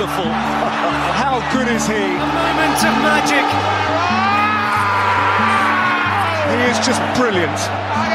wonderful. How good is he? A moment of magic. He is just brilliant.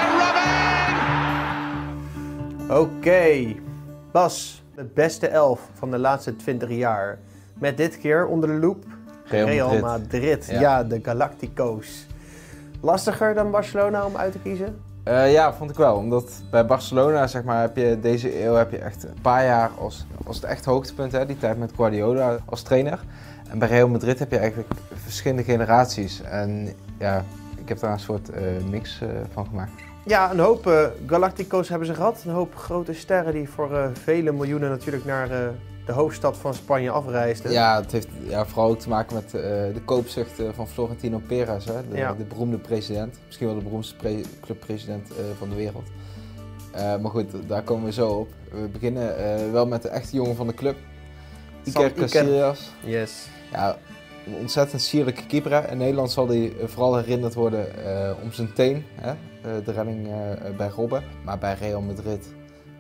Oké, Bas, de beste 11 van de laatste 20 jaar. Met dit keer onder de loep Real Madrid. Ja, de Galactico's. Lastiger dan Barcelona om uit te kiezen? Ja, vond ik wel. Omdat bij Barcelona, zeg maar, heb je deze eeuw echt een paar jaar als het echt hoogtepunt, hè, die tijd met Guardiola als trainer. En bij Real Madrid heb je eigenlijk verschillende generaties. En ja, ik heb daar een soort mix van gemaakt. Ja, een hoop Galactico's hebben ze gehad. Een hoop grote sterren die voor vele miljoenen natuurlijk naar de hoofdstad van Spanje afreisden. Ja, het heeft vooral ook te maken met de koopzucht van Florentino Perez, hè, de beroemde president. Misschien wel de beroemdste clubpresident van de wereld. Maar goed, daar komen we zo op. We beginnen wel met de echte jongen van de club. Iker Casillas. Yes. Ja, een ontzettend sierlijke keeper. Hè. In Nederland zal hij vooral herinnerd worden om zijn teen, hè? De redding bij Robben. Maar bij Real Madrid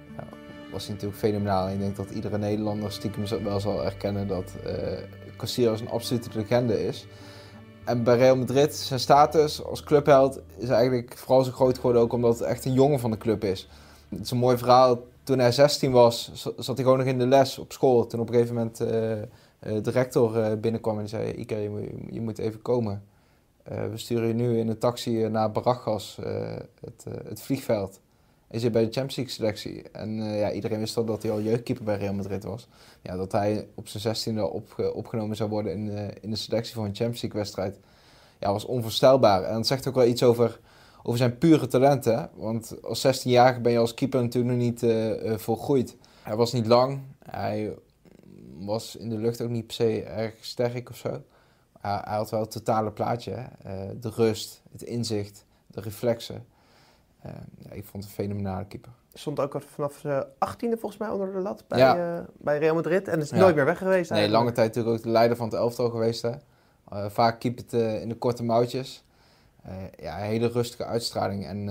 was hij natuurlijk fenomenaal. En ik denk dat iedere Nederlander stiekem wel zal erkennen dat Casillas een absolute legende is. En bij Real Madrid, zijn status als clubheld is eigenlijk vooral zo groot geworden ook omdat het echt een jongen van de club is. Het is een mooi verhaal. Toen hij 16 was, zat hij gewoon nog in de les op school. Toen op een gegeven moment de rector binnenkwam en die zei: Iker, je moet even komen. We sturen je nu in een taxi naar Barajas, het vliegveld. Hij zit bij de Champions League selectie. En iedereen wist al dat hij al jeugdkeeper bij Real Madrid was. Ja, dat hij op zijn 16e opgenomen zou worden in de selectie voor een Champions League wedstrijd, ja, was onvoorstelbaar. En dat zegt ook wel iets over zijn pure talenten. Want als 16-jarige ben je als keeper natuurlijk nog niet volgroeid. Hij was niet lang. Hij was in de lucht ook niet per se erg sterk of zo. Hij had wel het totale plaatje. Hè? De rust, het inzicht, de reflexen. Ik vond het een fenomenale keeper. Stond ook vanaf 18e volgens mij onder de lat bij Real Madrid. En is nooit meer weg geweest eigenlijk. Nee, lange tijd natuurlijk ook de leider van het elftal geweest. Hè? Vaak keepert in de korte mouwtjes. Een hele rustige uitstraling. En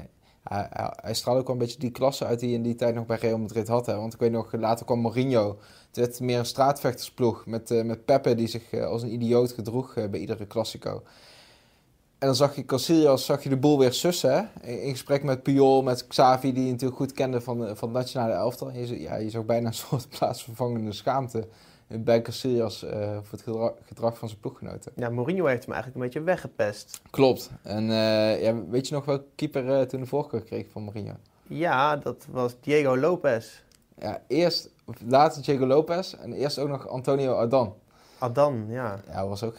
hij straalde ook wel een beetje die klasse uit die in die tijd nog bij Real Madrid had. Hè? Want ik weet nog, later kwam Mourinho. Het werd meer een straatvechtersploeg met Pepe die zich als een idioot gedroeg bij iedere Clasico. En dan zag je Casillas, de boel weer sussen. Hè? In gesprek met Puyol, met Xavi, die je natuurlijk goed kende van het nationale elftal. Je zag bijna een soort plaatsvervangende schaamte bij Casillas voor het gedrag van zijn ploeggenoten. Ja, Mourinho heeft hem eigenlijk een beetje weggepest. Klopt. En weet je nog welke keeper toen de voorkeur kreeg van Mourinho? Ja, dat was Diego Lopez. Ja, later Diego Lopez en eerst ook nog Antonio Adan. Adan, ja. Ja, hij was ook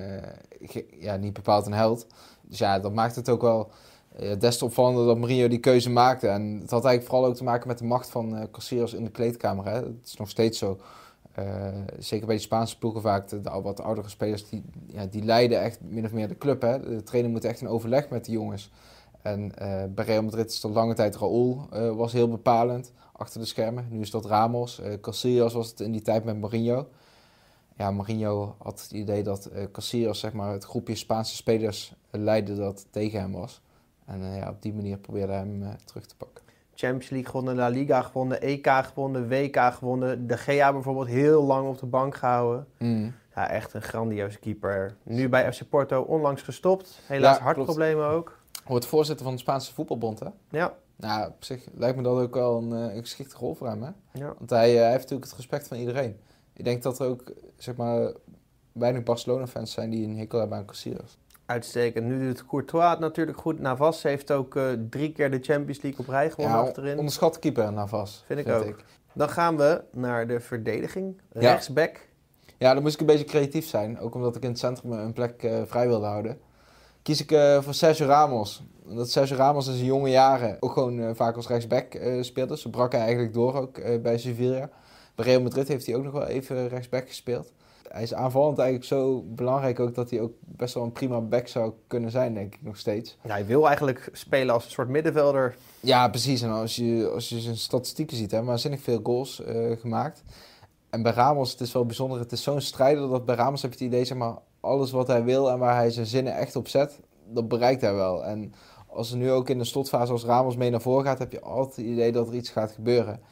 niet bepaald een held. Dus ja, dat maakt het ook wel des te opvallender dat Mourinho die keuze maakte. En het had eigenlijk vooral ook te maken met de macht van Casillas in de kleedkamer. Hè. Dat is nog steeds zo. Zeker bij de Spaanse ploegen vaak, de wat oudere spelers, die leiden echt min of meer de club. Hè. De trainer moet echt in overleg met de jongens. En bij Real Madrid is het lange tijd Raúl, was heel bepalend achter de schermen. Nu is dat Ramos. Casillas was het in die tijd met Mourinho. Ja, Mourinho had het idee dat Casillas, zeg maar, het groepje Spaanse spelers leidde dat tegen hem was. En op die manier probeerde hij hem terug te pakken. Champions League gewonnen, La Liga gewonnen, EK gewonnen, WK gewonnen. De GA bijvoorbeeld heel lang op de bank gehouden. Ja, echt een grandioze keeper. Nu bij FC Porto onlangs gestopt. Helaas hartproblemen ook. Wordt voorzitter van de Spaanse voetbalbond, hè? Ja. Nou, op zich lijkt me dat ook wel een geschikte rol voor hem, hè? Ja. Want hij heeft natuurlijk het respect van iedereen. Ik denk dat er ook, zeg maar, weinig Barcelona-fans zijn die een hekel hebben aan Casillas. Uitstekend. Nu doet Courtois het natuurlijk goed. Navas heeft ook 3 keer de Champions League op rij gewonnen achterin. Onderschat keeper Navas. Vind ik ook. Dan gaan we naar de verdediging. Rechtsback. Ja, dan moest ik een beetje creatief zijn. Ook omdat ik in het centrum een plek vrij wilde houden. Kies ik voor Sergio Ramos. Omdat Sergio Ramos in zijn jonge jaren ook gewoon vaak als rechtsback speelde. Zo brak hij eigenlijk door ook bij Sevilla. Bij Real Madrid heeft hij ook nog wel even rechtsback gespeeld. Hij is aanvallend eigenlijk zo belangrijk ook dat hij ook best wel een prima back zou kunnen zijn, denk ik nog steeds. Ja, hij wil eigenlijk spelen als een soort middenvelder. Ja, precies. En als je zijn statistieken ziet, hè, waanzinnig veel goals gemaakt. En bij Ramos, het is wel bijzonder, het is zo'n strijder dat bij Ramos heb je het idee, zeg maar, alles wat hij wil en waar hij zijn zinnen echt op zet, dat bereikt hij wel. En als er nu ook in de slotfase als Ramos mee naar voren gaat, heb je altijd het idee dat er iets gaat gebeuren.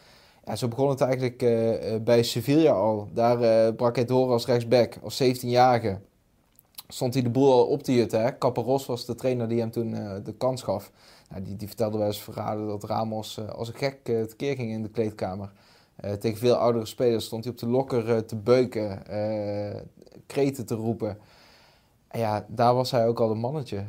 Ja, zo begon het eigenlijk bij Sevilla al. Daar brak hij door als rechtsback, als 17-jarige. Stond hij de boel al op te jutten. Hè? Caparrós was de trainer die hem toen de kans gaf. Nou, die vertelde wel eens verhalen dat Ramos als een gek tekeer ging in de kleedkamer. Tegen veel oudere spelers stond hij op de lokker te beuken, kreten te roepen. En ja, daar was hij ook al een mannetje.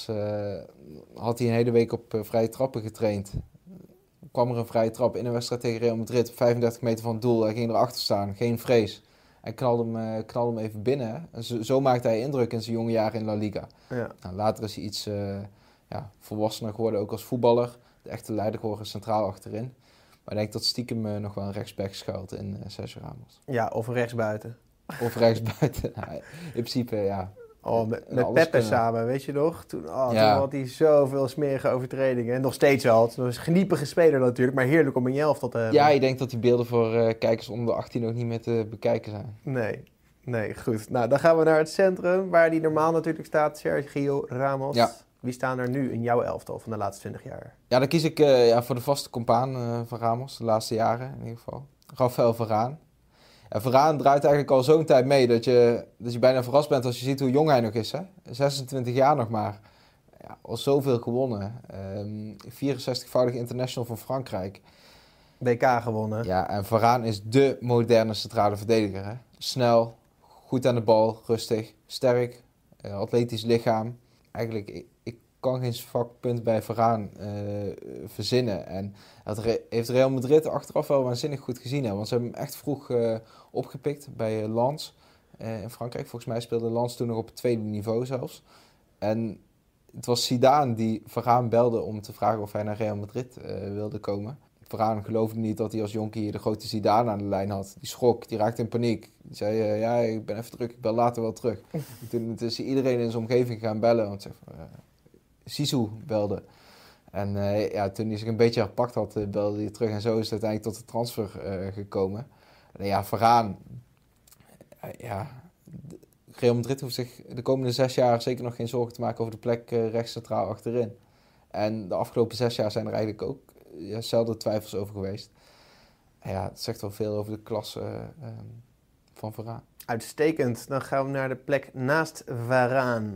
Had hij een hele week op vrije trappen getraind. Kwam er een vrije trap in een wedstrijd tegen Real Madrid, 35 meter van het doel. Hij ging erachter staan, geen vrees. Hij knalde hem even binnen. En zo maakte hij indruk in zijn jonge jaren in La Liga. Ja. Nou, later is hij iets volwassener geworden, ook als voetballer. De echte leider geworden, centraal achterin. Maar ik denk dat stiekem nog wel een rechtsback schuilt in Sergio Ramos. Ja, of een rechtsbuiten. Of rechtsbuiten. Nou, in principe, ja. Oh, met Pepe samen, weet je nog? Toen had hij zoveel smerige overtredingen. En nog steeds wel. Het was een geniepige speler natuurlijk, maar heerlijk om in je elftal te hebben. Ja, ik denk dat die beelden voor kijkers onder de 18 ook niet meer te bekijken zijn. Nee, goed. Nou, dan gaan we naar het centrum, waar die normaal natuurlijk staat. Sergio Ramos. Ja. Wie staan er nu in jouw elftal van de laatste 20 jaar? Ja, dan kies ik voor de vaste compaan van Ramos, de laatste jaren in ieder geval. Rafael Varane. Ja, Varane draait eigenlijk al zo'n tijd mee dat je bijna verrast bent als je ziet hoe jong hij nog is. Hè? 26 jaar nog maar. Ja, al zoveel gewonnen. 64-voudig international van Frankrijk. WK gewonnen. Ja, en Varane is dé moderne centrale verdediger. Hè? Snel, goed aan de bal, rustig, sterk, atletisch lichaam. Eigenlijk, ik kan geen zwak punt bij Varane verzinnen. En dat heeft Real Madrid achteraf wel waanzinnig goed gezien. Hè? Want ze hebben hem echt vroeg opgepikt bij Lens in Frankrijk. Volgens mij speelde Lens toen nog op het tweede niveau zelfs. En het was Zidane die Varane belde om te vragen of hij naar Real Madrid wilde komen. Varane geloofde niet dat hij als jonkie de grote Zidane aan de lijn had. Die schrok, die raakte in paniek. Die zei, ik ben even druk, ik bel later wel terug. Toen is iedereen in zijn omgeving gaan bellen. Want Zizou belde. En toen hij zich een beetje herpakt had, belde hij terug. En zo is het uiteindelijk tot de transfer gekomen. En ja, Varane... Real Madrid hoeft zich de komende 6 jaar zeker nog geen zorgen te maken over de plek rechts centraal achterin. En de afgelopen 6 jaar zijn er eigenlijk ook zelden twijfels over geweest. En ja, het zegt wel veel over de klasse van Varane. Uitstekend. Dan gaan we naar de plek naast Varane.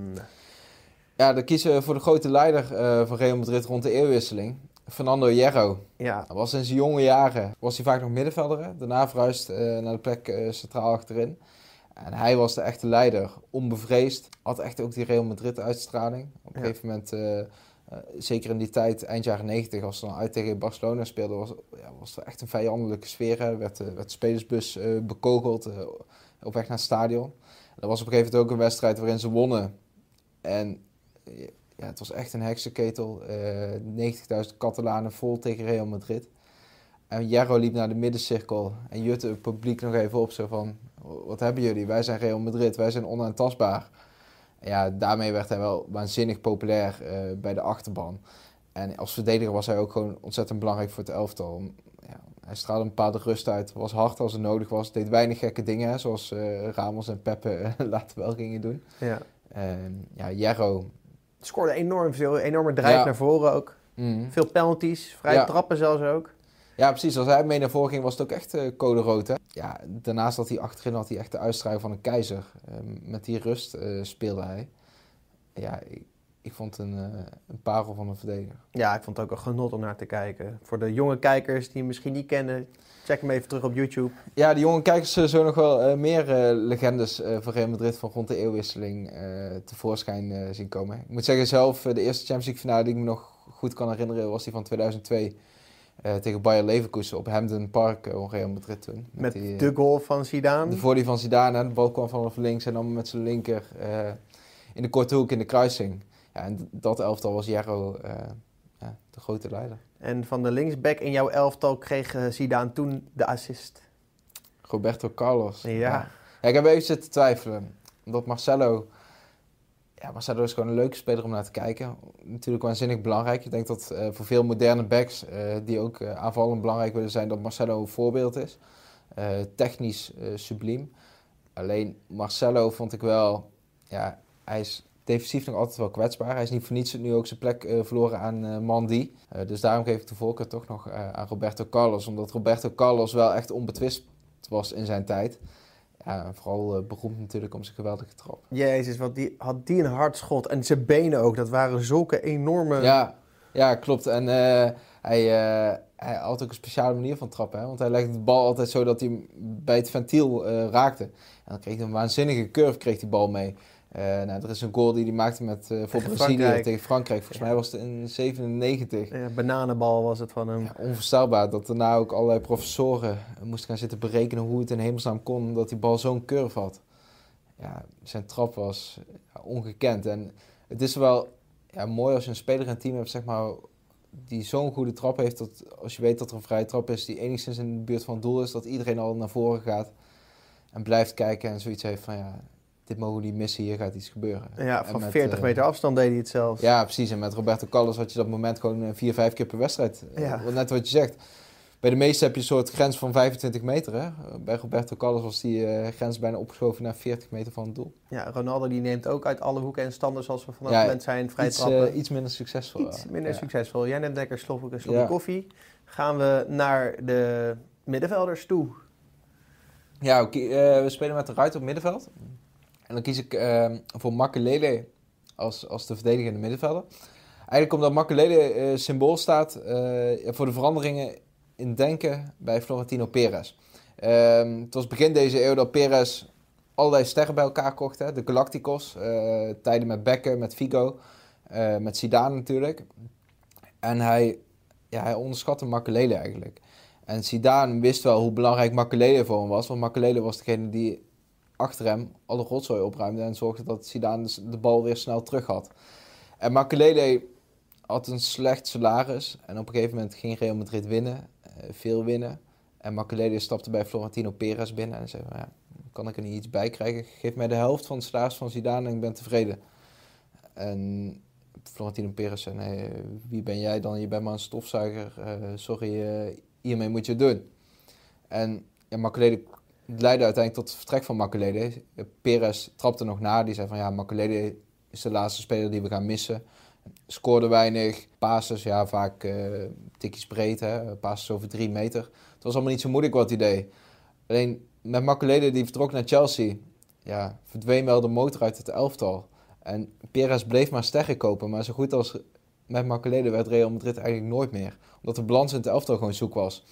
Ja, dan kiezen we voor de grote leider van Real Madrid rond de eeuwwisseling. Fernando Hierro. Ja. Dat was in zijn jonge jaren. Was hij vaak nog middenvelder. Hè? Daarna verhuisd naar de plek centraal achterin. En hij was de echte leider. Onbevreesd. Had echt ook die Real Madrid uitstraling. Op een gegeven moment... zeker in die tijd, eind jaren 90, als ze dan uit tegen Barcelona speelden, was er echt een vijandelijke sfeer. Hè. Werd de spelersbus bekogeld op weg naar het stadion. Dat was op een gegeven moment ook een wedstrijd waarin ze wonnen. En het was echt een heksenketel. 90.000 Catalanen vol tegen Real Madrid. En Hierro liep naar de middencirkel en jutte het publiek nog even op. Zo van, wat hebben jullie? Wij zijn Real Madrid, wij zijn onaantastbaar. Ja, daarmee werd hij wel waanzinnig populair bij de achterban. En als verdediger was hij ook gewoon ontzettend belangrijk voor het elftal. Ja, hij straalde een bepaalde rust uit, was hard als het nodig was. Deed weinig gekke dingen, hè, zoals Ramos en Pepe later wel gingen doen. Ja, Hierro... Scoorde enorm veel, enorme drijf naar voren ook. Mm. Veel penalties, vrije trappen zelfs ook. Ja, precies. Als hij mee naar voren ging, was het ook echt code rood. Hè? Ja, daarnaast had hij echt de uitstraling van een keizer. Met die rust speelde hij. Ja, ik vond een parel van een verdediger. Ja, ik vond het ook een genot om naar te kijken. Voor de jonge kijkers die hem misschien niet kennen, check hem even terug op YouTube. Ja, de jonge kijkers zullen nog wel meer legendes van Real Madrid van rond de eeuwwisseling tevoorschijn zien komen. Ik moet zeggen zelf, de eerste Champions League finale die ik me nog goed kan herinneren was die van 2002. Tegen Bayer Leverkusen op Hampden Park, Real Madrid toen. Met de goal van Zidane. De volley van Zidane, de bal kwam vanaf links en dan met zijn linker in de korte hoek in de kruising. Ja, en dat elftal was Hierro de grote leider. En van de linksback in jouw elftal kreeg Zidane toen de assist. Roberto Carlos. Ja. Ik heb even zitten twijfelen. Omdat Marcelo is gewoon een leuke speler om naar te kijken. Natuurlijk waanzinnig belangrijk. Ik denk dat voor veel moderne backs die ook aanvallend belangrijk willen zijn, dat Marcelo een voorbeeld is. Technisch subliem. Alleen Marcelo vond ik wel, hij is defensief nog altijd wel kwetsbaar. Hij is niet voor niets nu ook zijn plek verloren aan Mandy. Dus daarom geef ik de voorkeur toch nog aan Roberto Carlos. Omdat Roberto Carlos wel echt onbetwist was in zijn tijd. Ja, vooral beroemd natuurlijk om zijn geweldige trap. Jezus, wat had die een hard schot. En zijn benen ook, dat waren zulke enorme... Ja, klopt. En hij had ook een speciale manier van trappen. Hè? Want hij legde de bal altijd zo dat hij hem bij het ventiel raakte. En dan kreeg hij een waanzinnige curve, kreeg die bal mee. Er is een goal die hij maakte voor Brazilië tegen Frankrijk. Volgens mij was het in 97. Ja, bananenbal was het van hem. Ja, onvoorstelbaar dat daarna ook allerlei professoren moesten gaan zitten berekenen hoe het in hemelsnaam kon dat die bal zo'n curve had. Ja, zijn trap was ongekend. En het is wel mooi als je een speler in het team hebt, zeg maar, die zo'n goede trap heeft, dat als je weet dat er een vrije trap is die enigszins in de buurt van het doel is, dat iedereen al naar voren gaat en blijft kijken en zoiets heeft van dit mogen we niet missen, hier gaat iets gebeuren. Ja, van 40 meter afstand deed hij het zelfs. Ja, precies. En met Roberto Carlos had je dat moment gewoon 4-5 keer per wedstrijd. Ja. Net wat je zegt. Bij de meeste heb je een soort grens van 25 meter. Hè? Bij Roberto Carlos was die grens bijna opgeschoven naar 40 meter van het doel. Ja, Ronaldo die neemt ook uit alle hoeken en standen zoals we vanaf het moment zijn vrij trappen. Iets minder succesvol. Iets minder succesvol. Jij neemt lekker een slokje koffie. Gaan we naar de middenvelders toe. Ja, we spelen met de Ruiter op middenveld. En dan kies ik voor Makelele als de verdedigende middenvelder. Eigenlijk omdat Makelele symbool staat voor de veranderingen in denken bij Florentino Perez. Het was begin deze eeuw dat Perez allerlei sterren bij elkaar kocht. Hè? De Galacticos, tijden met Beckham, met Figo, met Zidane natuurlijk. En hij onderschatte Makelele eigenlijk. En Zidane wist wel hoe belangrijk Makelele voor hem was. Want Makelele was degene die achter hem alle rotzooi opruimde en zorgde dat Zidane de bal weer snel terug had. En Makelele had een slecht salaris en op een gegeven moment ging Real Madrid winnen, veel winnen. En Makelele stapte bij Florentino Perez binnen en zei van, kan ik er niet iets bij krijgen? Geef mij de helft van het salaris van Zidane en ik ben tevreden. En Florentino Perez zei, nee, wie ben jij dan? Je bent maar een stofzuiger, sorry, hiermee moet je het doen. En Makelele leidde uiteindelijk tot het vertrek van Makelele. Perez trapte nog na. Die zei van Makelele is de laatste speler die we gaan missen. Scoorde weinig. Passes, vaak tikjes breed. Passes over 3 meter. Het was allemaal niet zo moeilijk wat hij deed. Alleen met Makelele die vertrok naar Chelsea. Verdween wel de motor uit het elftal. En Perez bleef maar sterren kopen. Maar zo goed als met Makelele werd Real Madrid eigenlijk nooit meer. Omdat de balans in het elftal gewoon zoek was.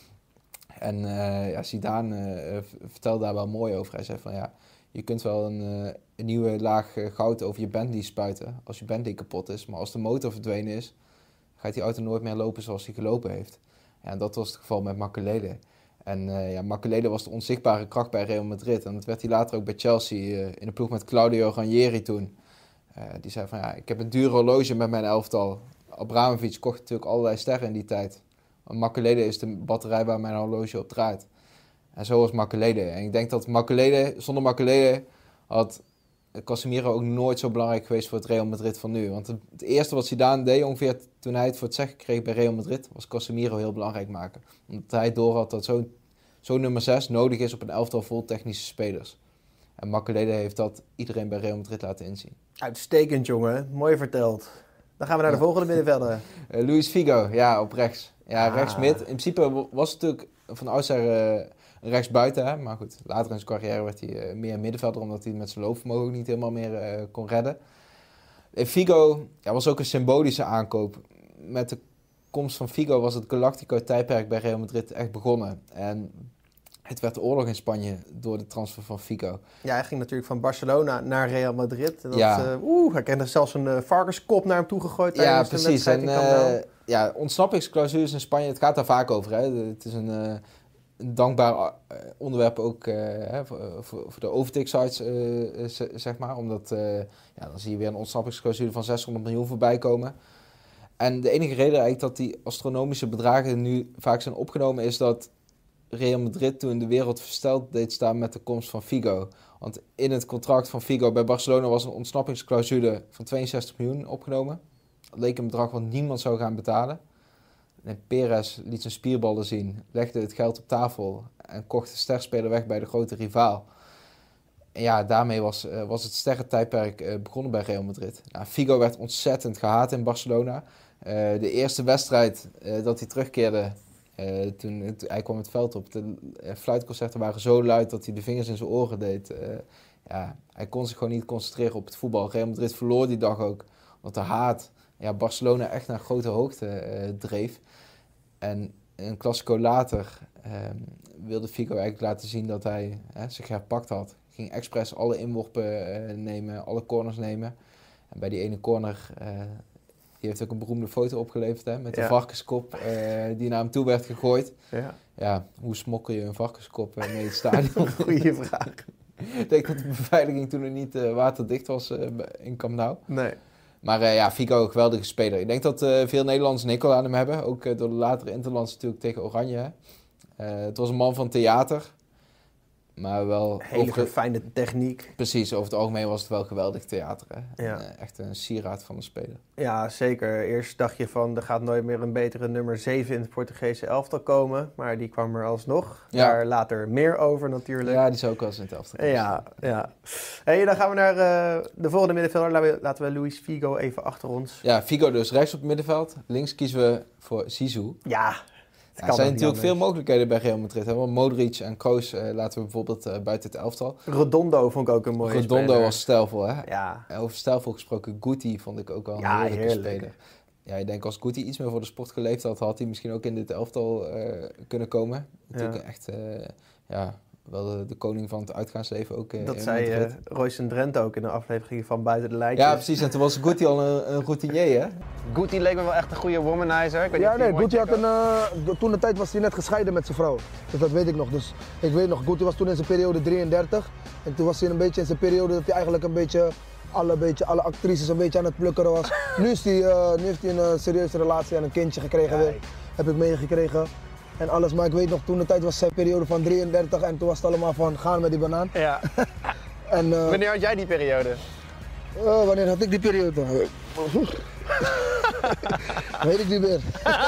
En Zidane vertelde daar wel mooi over. Hij zei van je kunt wel een nieuwe laag goud over je Bentley spuiten als je Bentley kapot is. Maar als de motor verdwenen is, gaat die auto nooit meer lopen zoals hij gelopen heeft. Ja, en dat was het geval met Makelele. En Makelele was de onzichtbare kracht bij Real Madrid. En dat werd hij later ook bij Chelsea in de ploeg met Claudio Ranieri toen. Die zei van ik heb een duur horloge met mijn elftal. Abramovic kocht natuurlijk allerlei sterren in die tijd. Makelele is de batterij waar mijn horloge op draait. En zo was Makelele. En ik denk dat zonder Makelele had Casemiro ook nooit zo belangrijk geweest voor het Real Madrid van nu. Want het eerste wat Zidane deed, ongeveer toen hij het voor het zeggen kreeg bij Real Madrid, was Casemiro heel belangrijk maken. Omdat hij doorhad dat zo'n nummer 6 nodig is op een elftal vol technische spelers. En Makelele heeft dat iedereen bij Real Madrid laten inzien. Uitstekend, jongen. Mooi verteld. Dan gaan we naar de volgende middenvelder. Luis Figo, op rechts. Rechtsmid. In principe was het natuurlijk van oudsher rechtsbuiten. Hè? Maar goed, later in zijn carrière werd hij meer middenvelder, omdat hij met zijn loopvermogen ook niet helemaal meer kon redden. Figo was ook een symbolische aankoop. Met de komst van Figo was het Galactico-tijdperk bij Real Madrid echt begonnen. En het werd de oorlog in Spanje door de transfer van Figo. Ja, hij ging natuurlijk van Barcelona naar Real Madrid. Hij kreeg zelfs een varkenskop naar hem toe gegooid tijdens de wedstrijd. Ontsnappingsclausules in Spanje, het gaat daar vaak over. Hè. Het is een dankbaar onderwerp ook voor de overtake-sites, zeg maar. Omdat dan zie je weer een ontsnappingsclausule van 600 miljoen voorbij komen. En de enige reden eigenlijk dat die astronomische bedragen nu vaak zijn opgenomen is dat Real Madrid toen de wereld versteld deed staan met de komst van Figo. Want in het contract van Figo bij Barcelona was een ontsnappingsclausule van 62 miljoen opgenomen. Dat leek een bedrag wat niemand zou gaan betalen. En Perez liet zijn spierballen zien, legde het geld op tafel en kocht de sterspeler weg bij de grote rivaal. ja, daarmee was het sterrentijdperk begonnen bij Real Madrid. Nou, Figo werd ontzettend gehaat in Barcelona. De eerste wedstrijd dat hij terugkeerde, toen hij kwam het veld op. De fluitconcerten waren zo luid dat hij de vingers in zijn oren deed. Hij kon zich gewoon niet concentreren op het voetbal. Real Madrid verloor die dag ook, omdat de haat Barcelona echt naar grote hoogte dreef. En een Clasico later wilde Figo eigenlijk laten zien dat hij zich herpakt had. Ging expres alle inworpen nemen, alle corners nemen. En bij die ene corner, die heeft ook een beroemde foto opgeleverd, met de varkenskop die naar hem toe werd gegooid. Ja, hoe smokkel je een varkenskop mee het stadion? Goeie vraag. Ik denk dat de beveiliging toen nog niet waterdicht was in Camp Nou. Nee. Maar Figo, een geweldige speler. Ik denk dat veel Nederlanders een hekel aan hem hebben. Ook door de latere interlands natuurlijk tegen Oranje. Het was een man van theater. Maar wel... Hele fijne techniek. Precies, over het algemeen was het wel geweldig theater. Hè? Ja. Echt een sieraad van een speler. Ja, zeker. Eerst dacht je van, er gaat nooit meer een betere nummer 7 in het Portugese elftal komen. Maar die kwam er alsnog. Ja. Daar later meer over natuurlijk. Ja, die zou ook wel eens in het elftal komen. Ja. Hey, dan gaan we naar de volgende middenvelder. Laten we Luis Figo even achter ons. Ja, Figo dus rechts op het middenveld. Links kiezen we voor Zizou. Ja. Er zijn natuurlijk veel mogelijkheden bij Real Madrid. Hè? Want Modric en Kroos laten we bijvoorbeeld buiten het elftal. Redondo vond ik ook een mooie speler. Redondo was stijlvol, hè? Ja. Over stijlvol gesproken, Guti vond ik ook wel een heerlijke speler. Ja, ik denk als Guti iets meer voor de sport geleefd had, had hij misschien ook in dit elftal kunnen komen. Natuurlijk echt wel de koning van het uitgaansleven ook in Dat zei Royce en Drenthe ook in de aflevering van Buiten de Lijntjes. Ja, precies. En toen was Guti al een routinier, hè? Guti leek me wel echt een goede womanizer. Guti had toen de tijd was hij net gescheiden met zijn vrouw. Dus dat weet ik nog. Dus ik weet nog, Guti was toen in zijn periode 33. En toen was hij een beetje in zijn periode dat hij eigenlijk een beetje alle actrices een beetje aan het plukkeren was. Nu heeft hij een serieuze relatie en een kindje gekregen weer. Heb ik meegekregen. En alles, maar ik weet nog, toen de tijd was zijn periode van 33 en toen was het allemaal van gaan met die banaan. Ja. En, wanneer had jij die periode? Wanneer had ik die periode? Weet ik niet meer.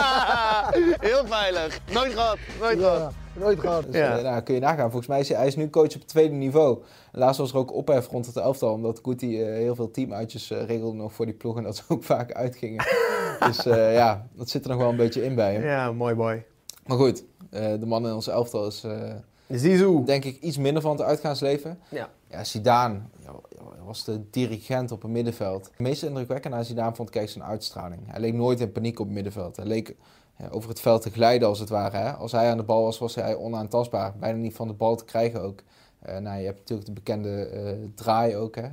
Heel veilig. Nooit gehad. Nooit gehad. Dus, nou, kun je nagaan. Volgens mij is hij is nu coach op het tweede niveau. Laatst was er ook ophef rond het elftal, omdat Guti heel veel teamuitjes regelde nog voor die ploeg en dat ze ook vaak uitgingen. Dus dat zit er nog wel een beetje in bij hem. Ja, mooi. Maar goed, de man in ons elftal is Zizou, denk ik iets minder van het uitgaansleven. Ja, Zidane was de dirigent op het middenveld. Het meest indrukwekkende aan Zidane vond ik zijn uitstraling. Hij leek nooit in paniek op het middenveld. Hij leek over het veld te glijden als het ware. Hè? Als hij aan de bal was hij onaantastbaar. Bijna niet van de bal te krijgen ook. Je hebt natuurlijk de bekende draai ook. Hè?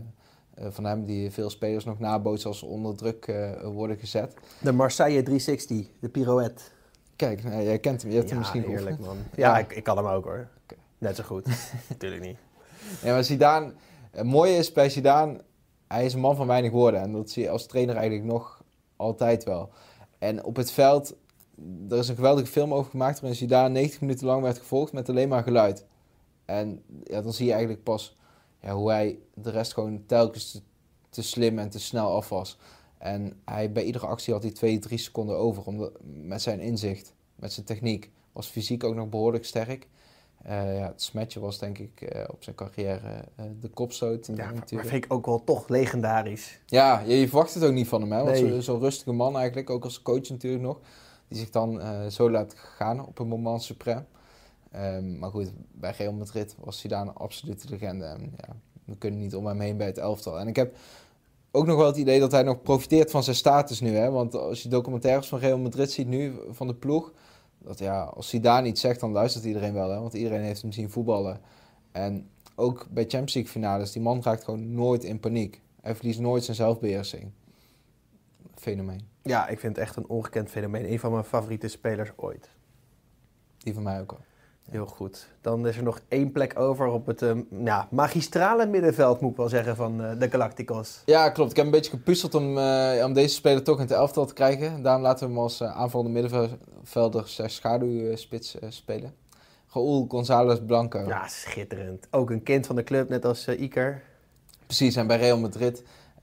Van hem die veel spelers nog nabootsen als ze onder druk worden gezet. De Marseille 360, de pirouette. Kijk, jij kent hem, je hebt hem misschien heerlijk, geoefend. man. Ja, ik kan hem ook hoor. Okay. Net zo goed. Natuurlijk niet. Ja, maar Zidane, het mooie is bij Zidane, hij is een man van weinig woorden. En dat zie je als trainer eigenlijk nog altijd wel. En op het veld, er is een geweldige film over gemaakt waarin Zidane 90 minuten lang werd gevolgd met alleen maar geluid. En dan zie je eigenlijk pas hoe hij de rest gewoon telkens te slim en te snel af was. En bij iedere actie had hij 2-3 seconden over. Met zijn inzicht, met zijn techniek, was fysiek ook nog behoorlijk sterk. Het smetje was denk ik op zijn carrière de kopstoot. Ja, maar vind ik ook wel toch legendarisch. Ja, je verwacht het ook niet van hem. Hè? Want zo'n rustige man eigenlijk, ook als coach natuurlijk nog. Die zich dan zo laat gaan op een moment suprême. Maar goed, bij Real Madrid was hij daar een absolute legende. En, we kunnen niet om hem heen bij het elftal. En ik heb ook nog wel het idee dat hij nog profiteert van zijn status nu. Hè? Want als je documentaires van Real Madrid ziet nu, van de ploeg, dat als hij daar niet zegt, dan luistert iedereen wel. Hè? Want iedereen heeft hem zien voetballen. En ook bij Champions League finales, die man raakt gewoon nooit in paniek. Hij verliest nooit zijn zelfbeheersing. Fenomeen. Ja, ik vind het echt een ongekend fenomeen. Een van mijn favoriete spelers ooit. Die van mij ook al. Heel goed. Dan is er nog 1 plek over op het magistrale middenveld, moet ik wel zeggen, van de Galacticos. Ja, klopt. Ik heb een beetje gepuzzeld om deze speler toch in het elftal te krijgen. Daarom laten we hem als aanvallende middenvelder schaduwspits spelen. Raúl González Blanco. Ja, schitterend. Ook een kind van de club, net als Iker. Precies, en bij Real Madrid,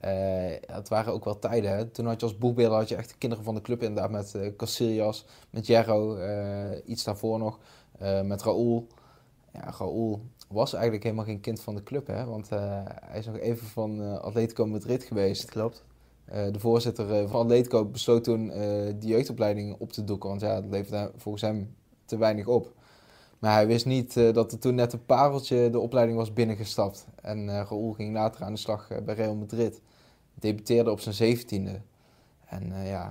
het waren ook wel tijden. Hè? Toen had je als boegbeelder echt de kinderen van de club inderdaad met Casillas, met Hierro, iets daarvoor nog. Met Raúl. Ja, Raúl was eigenlijk helemaal geen kind van de club, hè? Want hij is nog even van Atletico Madrid geweest. Dat klopt. De voorzitter van Atletico besloot toen die jeugdopleiding op te doeken, want ja, dat leverde volgens hem te weinig op. Maar hij wist niet dat er toen net een pareltje de opleiding was binnengestapt. En Raúl ging later aan de slag bij Real Madrid. Debuteerde op zijn 17e. En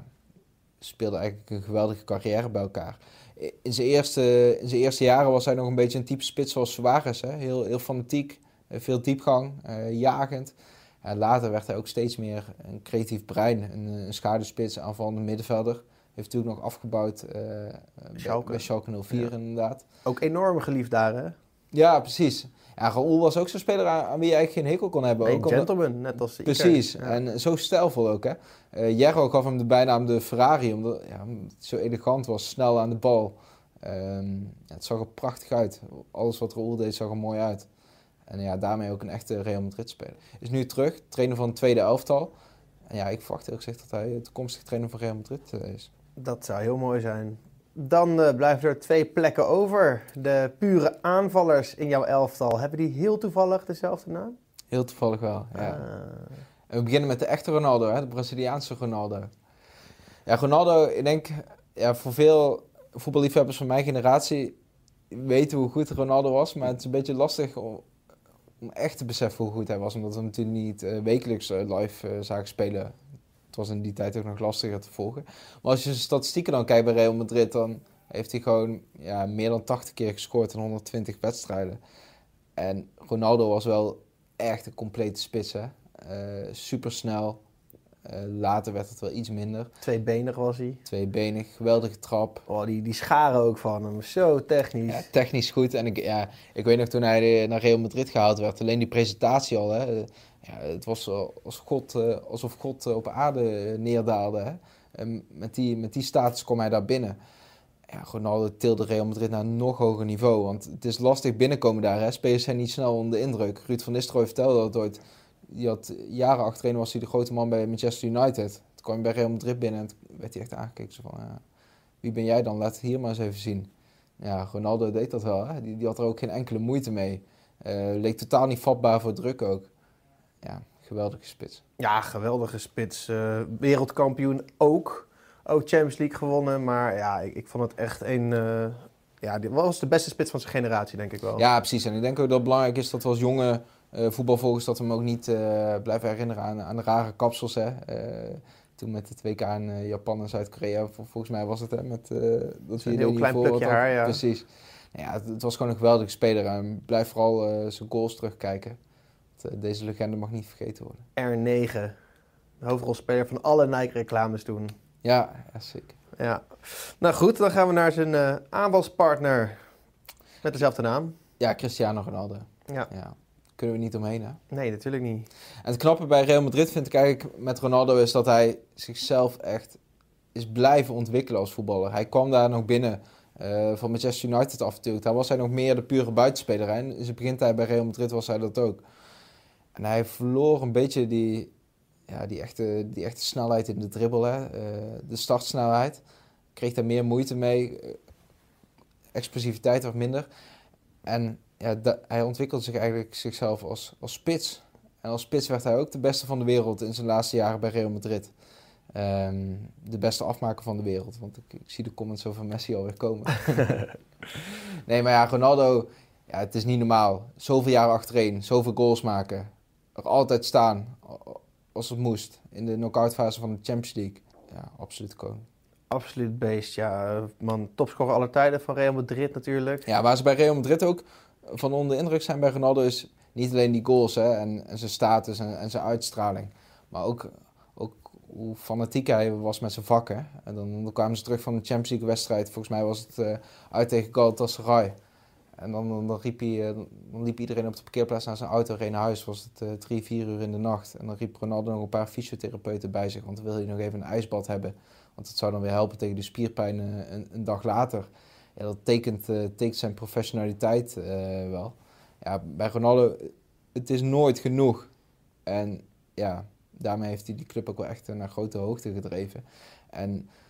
speelde eigenlijk een geweldige carrière bij elkaar. In zijn eerste jaren was hij nog een beetje een type spits zoals Suarez. Hè? Heel fanatiek, veel diepgang, jagend. En later werd hij ook steeds meer een creatief brein, een schaduwspits, aanvallende middenvelder. Heeft natuurlijk nog afgebouwd bij Schalke 04 inderdaad. Ook enorm geliefd daar, hè? Ja, precies. Ja, Raúl was ook zo'n speler aan wie je eigenlijk geen hekel kon hebben. Een gentleman, net als Iker. Precies, ja. En zo stijlvol ook, hè. Hierro gaf hem de bijnaam de Ferrari, omdat het zo elegant was, snel aan de bal. Het zag er prachtig uit. Alles wat Raúl deed zag er mooi uit. En ja, daarmee ook een echte Real Madrid-speler. Is nu terug, trainer van het tweede elftal. En ja, ik verwacht heel gezegd dat hij toekomstig trainer van Real Madrid is. Dat zou heel mooi zijn. Dan blijven er 2 plekken over. De pure aanvallers in jouw elftal. Hebben die heel toevallig dezelfde naam? Heel toevallig wel, ja. En we beginnen met de echte Ronaldo, hè, de Braziliaanse Ronaldo. Ja, Ronaldo, ik denk, ja, voor veel voetballiefhebbers van mijn generatie weten hoe goed Ronaldo was. Maar het is een beetje lastig om echt te beseffen hoe goed hij was. Omdat we hem natuurlijk niet wekelijks live zagen spelen. Het was in die tijd ook nog lastiger te volgen. Maar als je zijn statistieken dan kijkt bij Real Madrid, dan heeft hij gewoon meer dan 80 keer gescoord in 120 wedstrijden. En Ronaldo was wel echt een complete spits, hè. Supersnel. Later werd het wel iets minder. Tweebenig was hij. Tweebenig, geweldige trap. Oh, die scharen ook van hem. Zo technisch. Ja, technisch goed. En ik weet nog toen hij naar Real Madrid gehaald werd, alleen die presentatie al, hè. Het was alsof God op aarde neerdaalde. Hè. En met die status kwam hij daar binnen. Ja, Ronaldo tilde Real Madrid naar een nog hoger niveau. Want het is lastig binnenkomen daar. Hè. Spelers zijn niet snel onder de indruk. Ruud van Nistelrooy vertelde dat ooit. Die had jaren achtereen was hij de grote man bij Manchester United. Toen kwam hij bij Real Madrid binnen en toen werd hij echt aangekeken. Zo van, wie ben jij dan? Laat het hier maar eens even zien. Ja, Ronaldo deed dat wel. Hè. Die had er ook geen enkele moeite mee. Leek totaal niet vatbaar voor druk ook. Ja, geweldige spits. Ja, geweldige spits. Wereldkampioen ook. Ook Champions League gewonnen. Maar ja, ik vond het echt dit was de beste spits van zijn generatie, denk ik wel. Ja, precies. En ik denk ook dat het belangrijk is dat we als jonge voetbalvolgers dat we hem ook niet blijven herinneren aan de rare kapsels. Hè. Toen met het WK in Japan en Zuid-Korea, volgens mij was het, hè, met dat een heel klein plukje haar, ja. Precies. Nou ja, het was gewoon een geweldige speler. En blijf vooral zijn goals terugkijken. Deze legende mag niet vergeten worden. R9, de hoofdrolspeler van alle Nike-reclames toen. Ja, zeker. Ja. Nou goed, dan gaan we naar zijn aanvalspartner met dezelfde naam. Ja, Cristiano Ronaldo. Ja. Kunnen we niet omheen, hè? Nee, natuurlijk niet. En het knappe bij Real Madrid vind ik eigenlijk met Ronaldo is dat hij zichzelf echt is blijven ontwikkelen als voetballer. Hij kwam daar nog binnen van Manchester United af natuurlijk. Daar was hij nog meer de pure buitenspeler. En in zijn begintijd bij Real Madrid was hij dat ook. En hij verloor een beetje die echte snelheid in de dribbel, hè? De startsnelheid. Kreeg daar meer moeite mee. Explosiviteit wat minder. En ja, hij ontwikkelde zich eigenlijk zichzelf als spits. En als spits werd hij ook de beste van de wereld in zijn laatste jaren bij Real Madrid. De beste afmaker van de wereld. Want ik zie de comments over Messi alweer komen. Nee, maar ja, Ronaldo, ja, het is niet normaal. Zoveel jaren achtereen, zoveel goals maken. Er altijd staan, als het moest. In de knock-outfase van de Champions League. Ja, absoluut koning. Absoluut beest, ja. Man, topscorer aller tijden van Real Madrid natuurlijk. Ja, waar ze bij Real Madrid ook van onder de indruk zijn bij Ronaldo is niet alleen die goals, hè, en zijn status en zijn uitstraling. Maar ook hoe fanatiek hij was met zijn vak. Hè. En dan kwamen ze terug van de Champions League wedstrijd. Volgens mij was het uit tegen Galatasaray. En dan liep iedereen op de parkeerplaats naar zijn auto, reed naar huis. Was het 3-4 uur in de nacht. En dan riep Ronaldo nog een paar fysiotherapeuten bij zich. Want dan wil hij nog even een ijsbad hebben. Want dat zou dan weer helpen tegen de spierpijn een dag later. Ja, dat tekent zijn professionaliteit wel. Ja, bij Ronaldo, het is nooit genoeg. En ja, daarmee heeft hij die club ook wel echt naar grote hoogte gedreven. En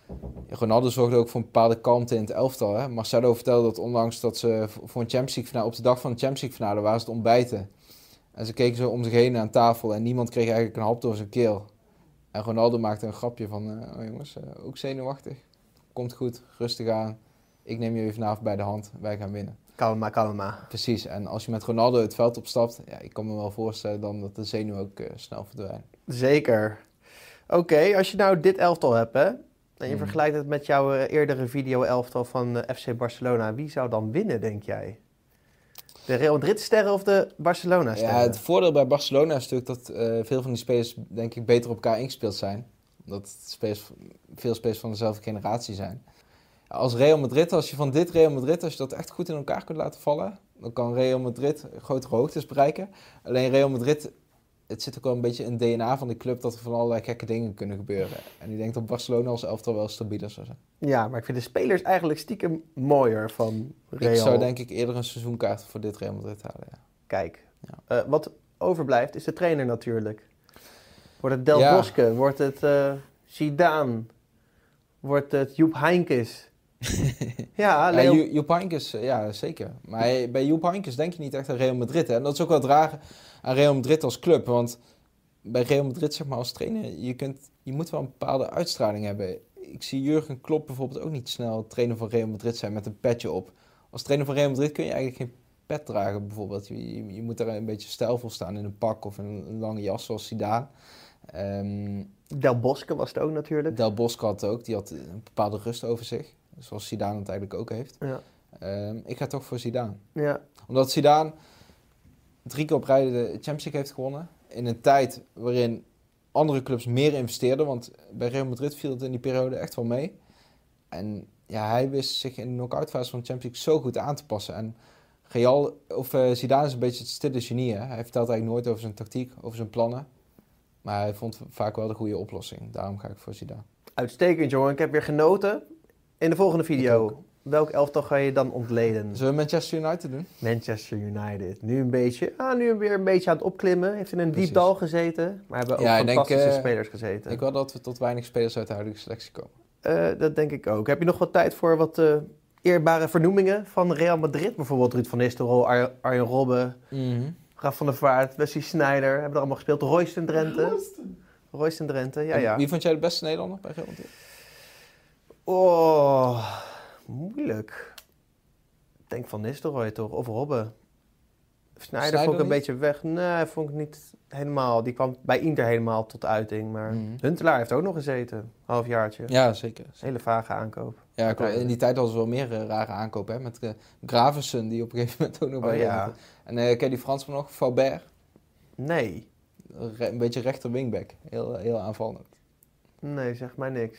Ronaldo zorgde ook voor een bepaalde kalmte in het elftal. Hè? Marcelo vertelde dat ondanks dat ze voor een Champions League finale, op de dag van de Champions League finale waren ze het ontbijten. En ze keken zo om zich heen aan tafel en niemand kreeg eigenlijk een hap door zijn keel. En Ronaldo maakte een grapje van, jongens, ook zenuwachtig. Komt goed, rustig aan. Ik neem jullie vanavond bij de hand, wij gaan winnen. Kalma. Precies, en als je met Ronaldo het veld opstapt, ja, ik kan me wel voorstellen dan dat de zenuw ook snel verdwijnt. Zeker. Oké, als je nou dit elftal hebt, hè, en je vergelijkt het met jouw eerdere video-elftal van FC Barcelona, wie zou dan winnen, denk jij? De Real Madrid-sterren of de Barcelona-sterren? Ja, het voordeel bij Barcelona is natuurlijk dat veel van die spelers, denk ik, beter op elkaar ingespeeld zijn. Omdat veel spelers van dezelfde generatie zijn. Als Real Madrid, als je van dit Real Madrid, als je dat echt goed in elkaar kunt laten vallen, dan kan Real Madrid grotere hoogtes bereiken. Alleen Real Madrid, het zit ook wel een beetje in het DNA van de club dat er van allerlei gekke dingen kunnen gebeuren. En ik denk dat Barcelona als elftal wel stabieler zou zijn. Ja, maar ik vind de spelers eigenlijk stiekem mooier van Real. Ik zou denk ik eerder een seizoenkaart voor dit Real Madrid halen, ja. Kijk, Ja. wat overblijft is de trainer natuurlijk. Wordt het Del Bosque? Wordt het Zidane? Wordt het Joep Heynckes? Ja, Joep Heynckes, ja zeker. Maar bij Joep Heynckes denk je niet echt aan Real Madrid. Hè? En dat is ook wel het rare aan Real Madrid als club. Want bij Real Madrid, zeg maar, als trainer, je moet wel een bepaalde uitstraling hebben. Ik zie Jurgen Klopp bijvoorbeeld ook niet snel trainer van Real Madrid zijn met een petje op. Als trainer van Real Madrid kun je eigenlijk geen pet dragen bijvoorbeeld. Je moet daar een beetje stijlvol staan in een pak of in een lange jas zoals Zidane. Del Bosque was het ook natuurlijk. Del Bosque had het ook, die had een bepaalde rust over zich. Zoals Zidane het eigenlijk ook heeft. Ja. Ik ga toch voor Zidane. Ja. Omdat Zidane 3 keer op rij de Champions League heeft gewonnen. In een tijd waarin andere clubs meer investeerden. Want bij Real Madrid viel het in die periode echt wel mee. En ja, hij wist zich in de knock-outfase van de Champions League zo goed aan te passen. En Zidane is een beetje het stille genie. Hè? Hij vertelt eigenlijk nooit over zijn tactiek, over zijn plannen. Maar hij vond vaak wel de goede oplossing. Daarom ga ik voor Zidane. Uitstekend, jongen. Ik heb weer genoten. In de volgende video, welk elftal ga je dan ontleden? Zullen we Manchester United doen? Manchester United. Nu weer een beetje aan het opklimmen. Heeft in een diep dal gezeten. Maar hebben ook fantastische spelers gezeten. Ik denk wel dat we tot weinig spelers uit de huidige selectie komen. Dat denk ik ook. Heb je nog wat tijd voor wat eerbare vernoemingen van Real Madrid? Bijvoorbeeld Ruud van Nistelrooy, Arjen Robben, Raf van der Vaart, Wesley Sneijder. Hebben er allemaal gespeeld. Royston Drenthe, ja. Wie vond jij de beste Nederlander bij Real Madrid? Oh, moeilijk. Ik denk Van Nistelrooy toch, of Robben. Sneijder vond ik een beetje weg. Nee, vond ik niet helemaal. Die kwam bij Inter helemaal tot uiting. Maar Huntelaar heeft ook nog gezeten. Halfjaartje. Ja, zeker. Hele vage aankoop. Ja, in die tijd hadden ze wel meer rare aankopen. Hè? Met Gravensen, die op een gegeven moment ook nog bij ja. En ken je die Fransman nog? Faubert? Nee. Een beetje rechter wingback. Heel aanvallend. Nee, zeg mij niks.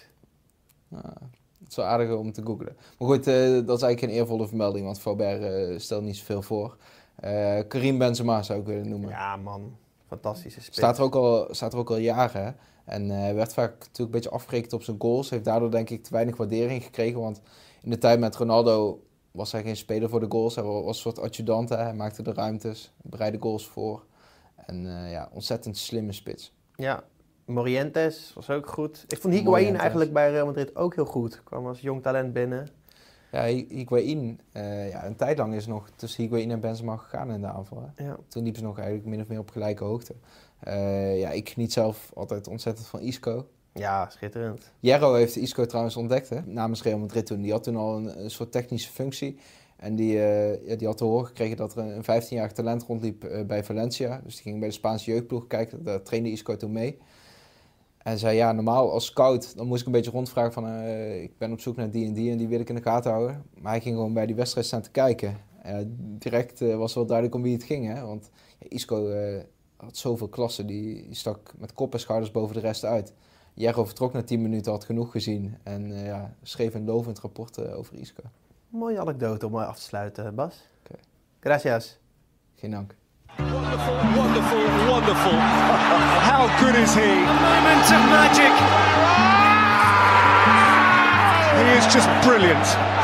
Het is wel aardig om te googlen. Maar goed, dat is eigenlijk geen eervolle vermelding, want Faubert stelt niet zoveel voor. Karim Benzema zou ik willen noemen. Ja man, fantastische spits. Staat er ook al jaren. Hè? En werd vaak natuurlijk een beetje afgerekend op zijn goals. Heeft daardoor denk ik te weinig waardering gekregen. Want in de tijd met Ronaldo was hij geen speler voor de goals. Hij was een soort adjudant. Hè? Hij maakte de ruimtes, bereidde goals voor. En ontzettend slimme spits. Ja, Morientes was ook goed. Ik vond Higuaín eigenlijk bij Real Madrid ook heel goed. Kwam als jong talent binnen. Ja, Higuaín, een tijd lang is nog tussen Higuaín en Benzema gegaan in de aanval. Hè? Ja. Toen liepen ze nog eigenlijk min of meer op gelijke hoogte. Ik geniet zelf altijd ontzettend van Isco. Ja, schitterend. Hierro heeft Isco trouwens ontdekt, hè? Namens Real Madrid toen. Die had toen al een soort technische functie. En die had te horen gekregen dat er een 15-jarig talent rondliep bij Valencia. Dus die ging bij de Spaanse jeugdploeg kijken. Daar trainde Isco toen mee. En zei, ja, normaal als scout, dan moest ik een beetje rondvragen van... ik ben op zoek naar die en die wil ik in de gaten houden. Maar hij ging gewoon bij die wedstrijd staan te kijken. Direct was wel duidelijk om wie het ging, hè. Want Isco had zoveel klasse, die stak met kop en schouders boven de rest uit. Hierro vertrok na 10 minuten, had genoeg gezien. En schreef een lovend rapport over Isco. Mooie anekdote om af te sluiten, Bas. Okay. Gracias. Geen dank. Wonderful, wonderful, wonderful. How good is he? A moment of magic. He is just brilliant.